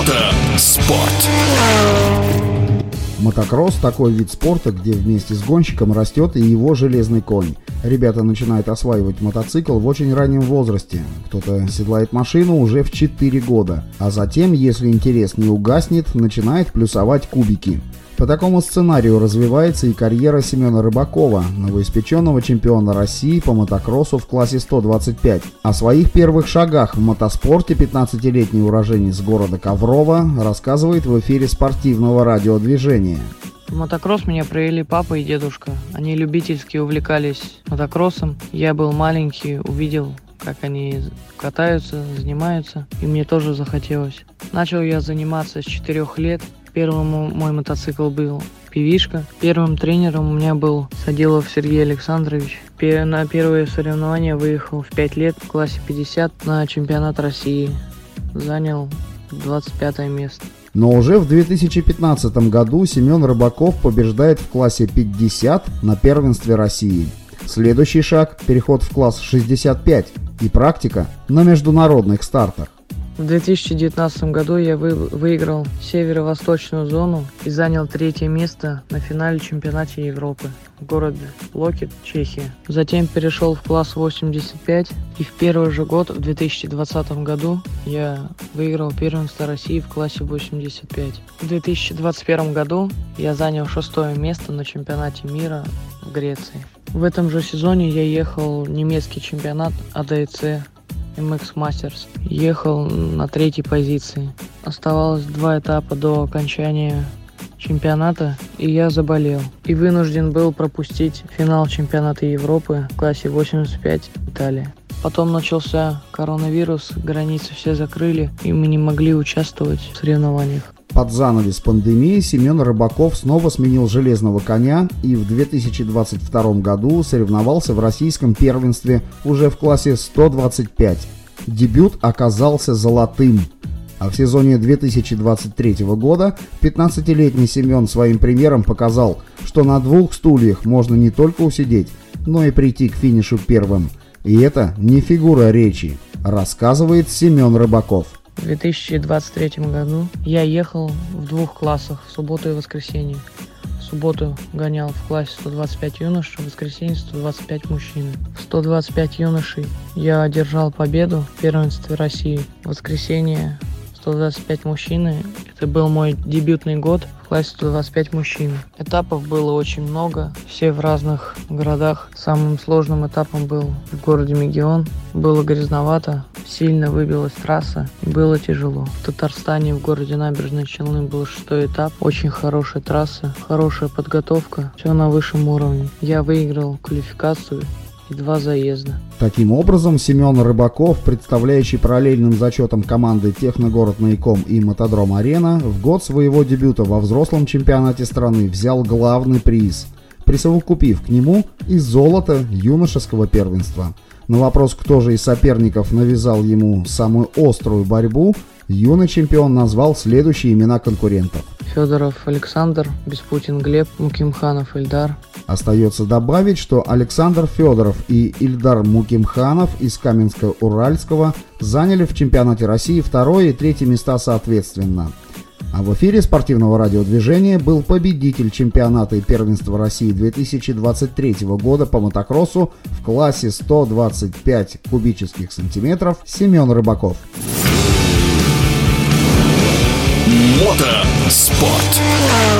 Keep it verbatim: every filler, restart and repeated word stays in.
Мотоспорт. Мотокросс – такой вид спорта, где вместе с гонщиком растет и его железный конь. Ребята начинают осваивать мотоцикл в очень раннем возрасте. Кто-то седлает машину уже в четыре года. А затем, если интерес не угаснет, начинает плюсовать кубики. По такому сценарию развивается и карьера Семена Рыбакова, новоиспеченного чемпиона России по мотокроссу в классе сто двадцать пять. О своих первых шагах в мотоспорте пятнадцатилетний уроженец города Коврова рассказывает в эфире спортивного радиодвижения. В мотокросс меня провели папа и дедушка. Они любительски увлекались мотокроссом. Я был маленький, увидел, как они катаются, занимаются, и мне тоже захотелось. Начал я заниматься с четырёх лет. Первым мой мотоцикл был пивишка. Первым тренером у меня был Садилов Сергей Александрович. На первые соревнования выехал в пять лет в классе пятьдесят на чемпионат России. Занял двадцать пятое место. Но уже в две тысячи пятнадцатом году Семен Рыбаков побеждает в классе пятьдесят на первенстве России. Следующий шаг – переход в класс шестьдесят пять и практика на международных стартах. В две тысячи девятнадцатом году я вы, выиграл северо-восточную зону и занял третье место на финале чемпионата Европы в городе Локит, Чехия. Затем перешел в класс восемьдесят пять, и в первый же год, в две тысячи двадцатом году, я выиграл первенство России в классе восемьдесят пять. В две тысячи двадцать первом году я занял шестое место на чемпионате мира в Греции. В этом же сезоне я ехал в немецкий чемпионат эй ди си эм икс Masters. Ехал на третьей позиции. Оставалось два этапа до окончания чемпионата, и я заболел. И вынужден был пропустить финал чемпионата Европы в классе восемьдесят пять Италия. Потом начался коронавирус, границы все закрыли, и мы не могли участвовать в соревнованиях. Под занавес пандемии Семен Рыбаков снова сменил железного коня и в две тысячи двадцать втором году соревновался в российском первенстве уже в классе сто двадцать пять. Дебют оказался золотым. А в сезоне две тысячи двадцать третьего года пятнадцатилетний Семен своим примером показал, что на двух стульях можно не только усидеть, но и прийти к финишу первым. И это не фигура речи, рассказывает Семен Рыбаков. В две тысячи двадцать третьем году я ехал в двух классах, в субботу и воскресенье. В субботу гонял в классе сто двадцать пять юношей, в воскресенье сто двадцать пять мужчин. В сто двадцать пять юношей я одержал победу в первенстве России. В воскресенье сто двадцать пять мужчин. Это был мой дебютный год в классе сто двадцать пять мужчин. Этапов было очень много, все в разных городах. Самым сложным этапом был в городе Мегион. Было грязновато, сильно выбилась трасса, и было тяжело. В Татарстане, в городе Набережные Челны, был шестой этап. Очень хорошая трасса, хорошая подготовка, все на высшем уровне. Я выиграл квалификацию и два заезда. Таким образом, Семен Рыбаков, представляющий параллельным зачетом команды Техногород Наиком и Мотодром Арена, в год своего дебюта во взрослом чемпионате страны взял главный приз, присовокупив к нему и золото юношеского первенства. На вопрос, кто же из соперников навязал ему самую острую борьбу, юный чемпион назвал следующие имена конкурентов. Федоров Александр, Беспутин Глеб, Мукимханов Ильдар. Остается добавить, что Александр Федоров и Ильдар Мукимханов из Каменска-Уральского заняли в чемпионате России второе и третье места соответственно. А в эфире спортивного радиодвижения был победитель чемпионата и первенства России две тысячи двадцать третьего года по мотокроссу в классе сто двадцать пять кубических сантиметров Семен Рыбаков. Мотоспорт.